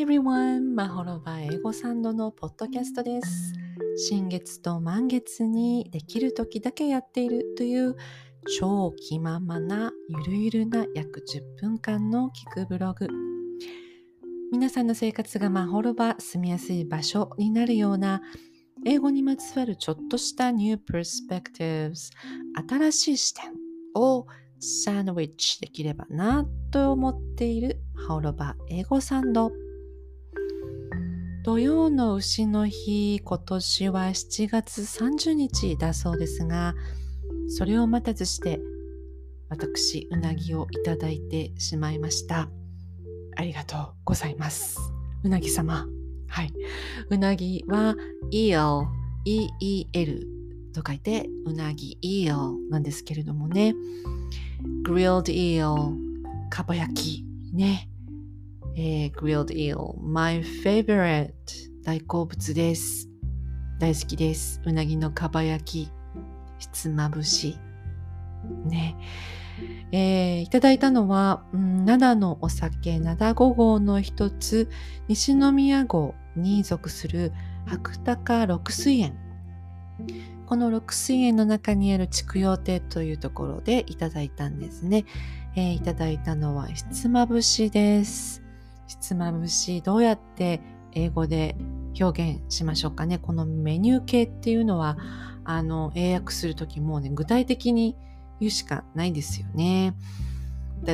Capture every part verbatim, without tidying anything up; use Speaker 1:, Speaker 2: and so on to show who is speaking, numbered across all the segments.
Speaker 1: everyone! まほろば英語サンドのポッドキャストです。新月と満月にできる時だけやっているという超気ままなゆるゆるな約じゅっぷんかんの聞くブログ。皆さんの生活がまほろば住みやすい場所になるような英語にまつわるちょっとしたニュー perspectives 新しい視点をサンドウィッチできればなと思っているまほろば英語サンド。土曜の丑の日、今年はしちがつさんじゅうにちだそうですが、それを待たずして私うなぎをいただいてしまいました。ありがとうございます。うなぎ様。はい。うなぎは eel、イーイーエル と書いてうなぎ eel なんですけれどもね。grilled eel、かば焼きね。えー、grilled eel、my favorite 大好物です。大好きです。うなぎのかば焼き、ひつまぶしね。えー、いただいたのは、うん、灘のお酒灘ご号の一つ西宮号に属する白鷹六水園。この六水園の中にある筑陽亭というところでいただいたんですね。えー、いただいたのはひつまぶしです。ひつまぶしどうやって英語で表現しましょうかね。このメニュー系っていうのはあの英訳するときもね具体的に言うしかないんですよね。The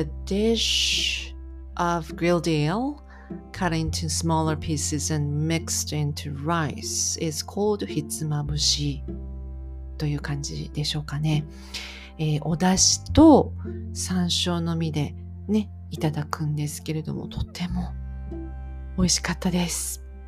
Speaker 1: dish of grilled eel cut into smaller pieces and mixed into rice is called ひつまぶしという感じでしょうかね。えー、お出汁と山椒の実でねいただくんですけれども、とても美味しかったです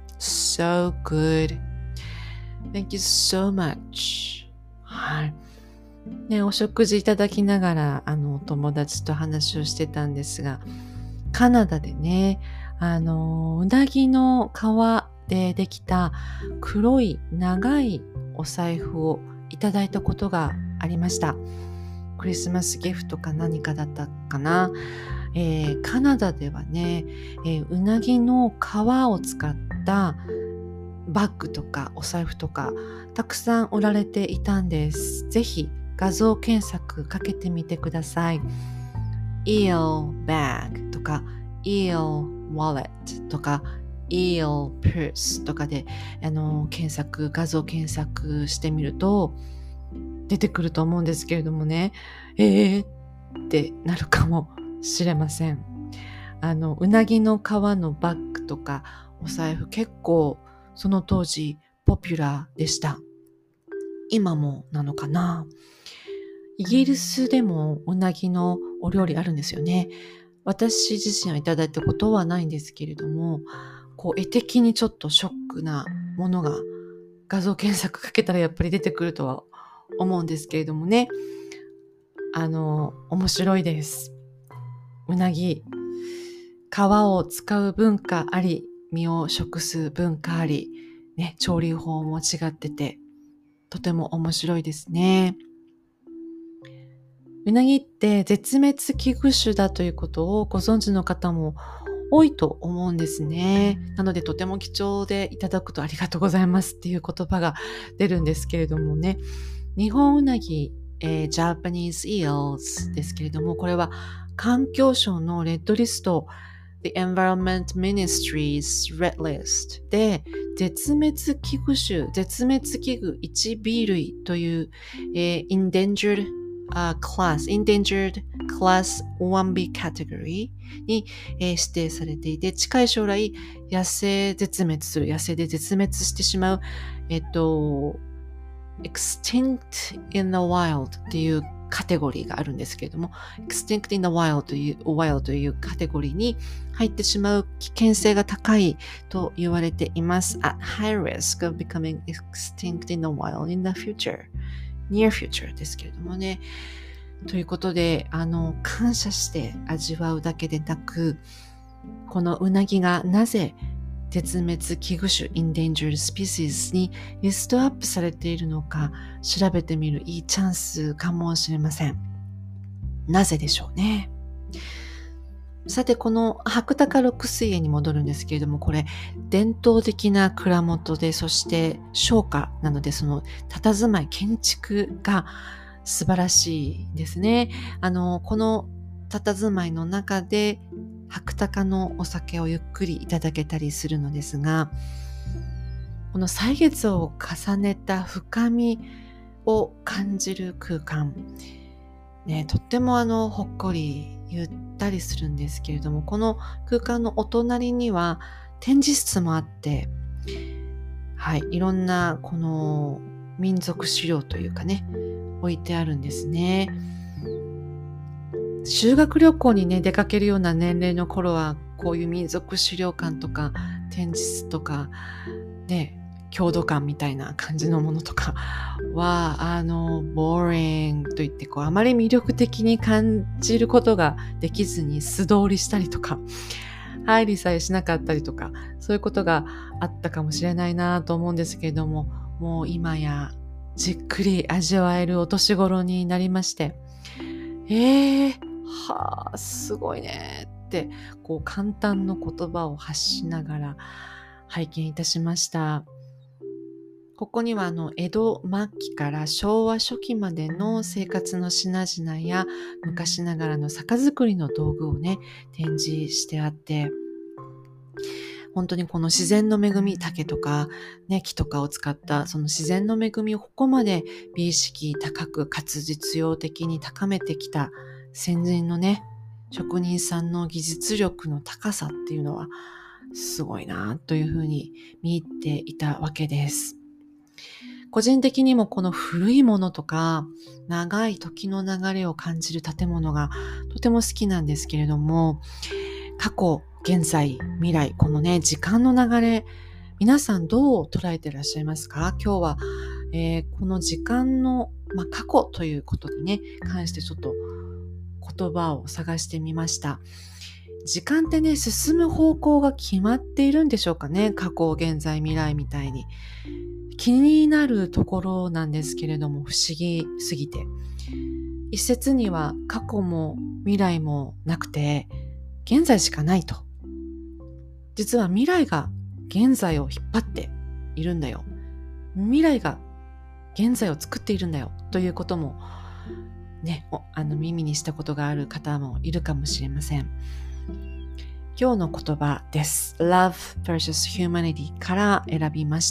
Speaker 1: 。So good. Thank you so much. はい。ね、お食事いただきながらあのお友達と話をしてたんですが、カナダでね、あのうなぎの皮でできた黒い長いお財布をいただいたことがありました。クリスマスギフトか何かだったかな。えー、カナダではね、えー、うなぎの皮を使ったバッグとかお財布とかたくさん売られていたんです。ぜひ画像検索かけてみてください。eel bag とか eel wallet とか eel purse とかであの検索画像検索してみると出てくると思うんですけれどもね、えーってなるかもしれません。あのうなぎの皮のバッグとかお財布結構その当時ポピュラーでした。今もなのかな。イギリスでもうなぎのお料理あるんですよね。私自身はいただいたことはないんですけれども、こう絵的にちょっとショックなものが画像検索かけたらやっぱり出てくるとは思うんですけれどもね。あの面白いです。うなぎ、皮を使う文化あり、身を食す文化あり、ね、調理法も違ってて、とても面白いですね。うなぎって絶滅危惧種だということをご存知の方も多いと思うんですね。なのでとても貴重でいただくとありがとうございますっていう言葉が出るんですけれどもね。日本うなぎ、えー、Japanese eels ですけれども、これは環境省のレッドリスト、The Environment Ministry's Red List で絶滅危惧種、絶滅危惧 ワンビー 類という、えー、Endangered uh, Class、Endangered Classワンビー Category に、えー、指定されていて、近い将来野生絶滅する、野生で絶滅してしまう、えっと、Extinct in the Wild っていうカテゴリーがあるんですけれども、Extinct in the Wild という、Wild というカテゴリーに入ってしまう危険性が高いと言われています。At high risk of becoming extinct in the wild in the future. Near future ですけれどもね。ということで、あの、感謝して味わうだけでなく、このうなぎがなぜ絶滅危惧種 Endangered Species にリストアップされているのか調べてみるいいチャンスかもしれません。なぜでしょうね。 さて、この白鷹六水園に戻るんですけれども、これ伝統的な蔵元で、そして商家なので、その佇まい建築が素晴らしいですね。あのこの佇まいの中で白鷹のお酒をゆっくりいただけたりするのですが、この歳月を重ねた深みを感じる空間、ね、とってもあのほっこりゆったりするんですけれども、この空間のお隣には展示室もあって、はい、いろんなこの民族資料というかね、置いてあるんですね。修学旅行にね、出かけるような年齢の頃は、こういう民族資料館とか展示室とかね、郷土館みたいな感じのものとかは、あの、ボーリングといって、こう、あまり魅力的に感じることができずに素通りしたりとか、入りさえしなかったりとか、そういうことがあったかもしれないなと思うんですけれども、もう今やじっくり味わえるお年頃になりまして、えー、はあ、すごいねって、こう、簡単の言葉を発しながら拝見いたしました。ここにはあの江戸末期から昭和初期までの生活の品々や昔ながらの酒造りの道具をね、展示してあって、本当にこの自然の恵み、竹とか、ね、木とかを使ったその自然の恵みをここまで美意識高くかつ実用的に高めてきた先人のね、職人さんの技術力の高さっていうのはすごいなというふうに見入っていたわけです。個人的にもこの古いものとか長い時の流れを感じる建物がとても好きなんですけれども、過去、現在、未来、このね、時間の流れ、皆さんどう捉えていらっしゃいますか？今日は、えー、この時間の、まあ、過去ということにね、関してちょっと言葉を探してみました。時間ってね、進む方向が決まっているんでしょうかね？過去、現在、未来みたいに。気になるところなんですけれども、不思議すぎて。一説には過去も未来もなくて、現在しかないと。実は未来が現在を引っ張っているんだよ。未来が現在を作っているんだよ。ということもね、あの耳にしたことがある方もいるかもしれません。今日の言葉です。Love versus Humanity から選びました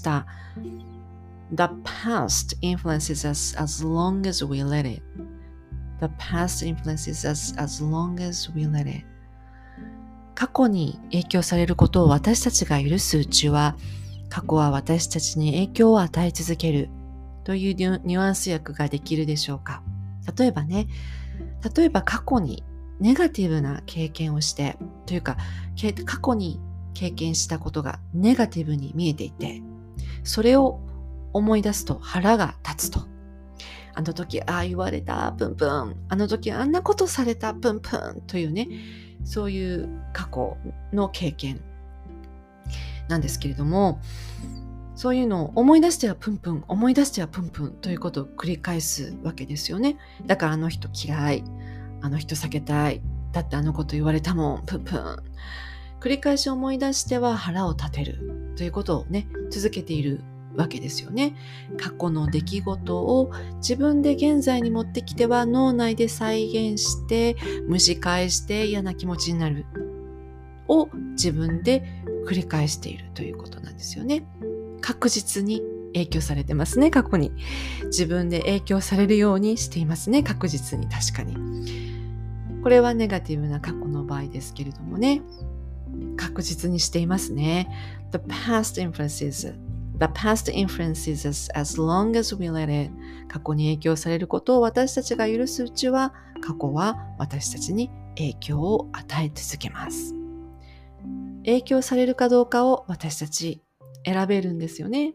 Speaker 1: 。The past influences us as long as we let it. The past influences us as long as we let it. 過去に影響されることを私たちが許すうちは、過去は私たちに影響を与え続けるというニュアンス訳ができるでしょうか。例えばね、例えば過去にネガティブな経験をして、というか、過去に経験したことがネガティブに見えていて、それを思い出すと腹が立つと。あの時ああ言われた、プンプン。あの時あんなことされた、プンプンというね、そういう過去の経験なんですけれども、そういうのを思い出してはプンプン、思い出してはプンプンということを繰り返すわけですよね。だからあの人嫌い、あの人避けたい、だってあのこと言われたもん、プンプン。繰り返し思い出しては腹を立てるということをね、続けているわけですよね。過去の出来事を自分で現在に持ってきては脳内で再現して蒸し返して嫌な気持ちになるを自分で繰り返しているということなんですよね。確実に影響されてますね。過去に自分で影響されるようにしていますね。確実に、確かに。これはネガティブな過去の場合ですけれどもね、確実にしていますね。The past influences The past influences us as long as we let it. 過去に影響されることを私たちが許すうちは、過去は私たちに影響を与え続けます。影響されるかどうかを私たち選べるんですよね。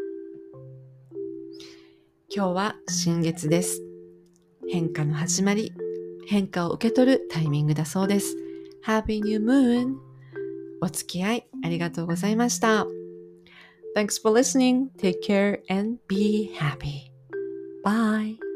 Speaker 1: 今日は新月です。変化の始まり、変化を受け取るタイミングだそうです。Happy New Moon! お付き合いありがとうございました。Thanks for listening. Take care and be happy. Bye.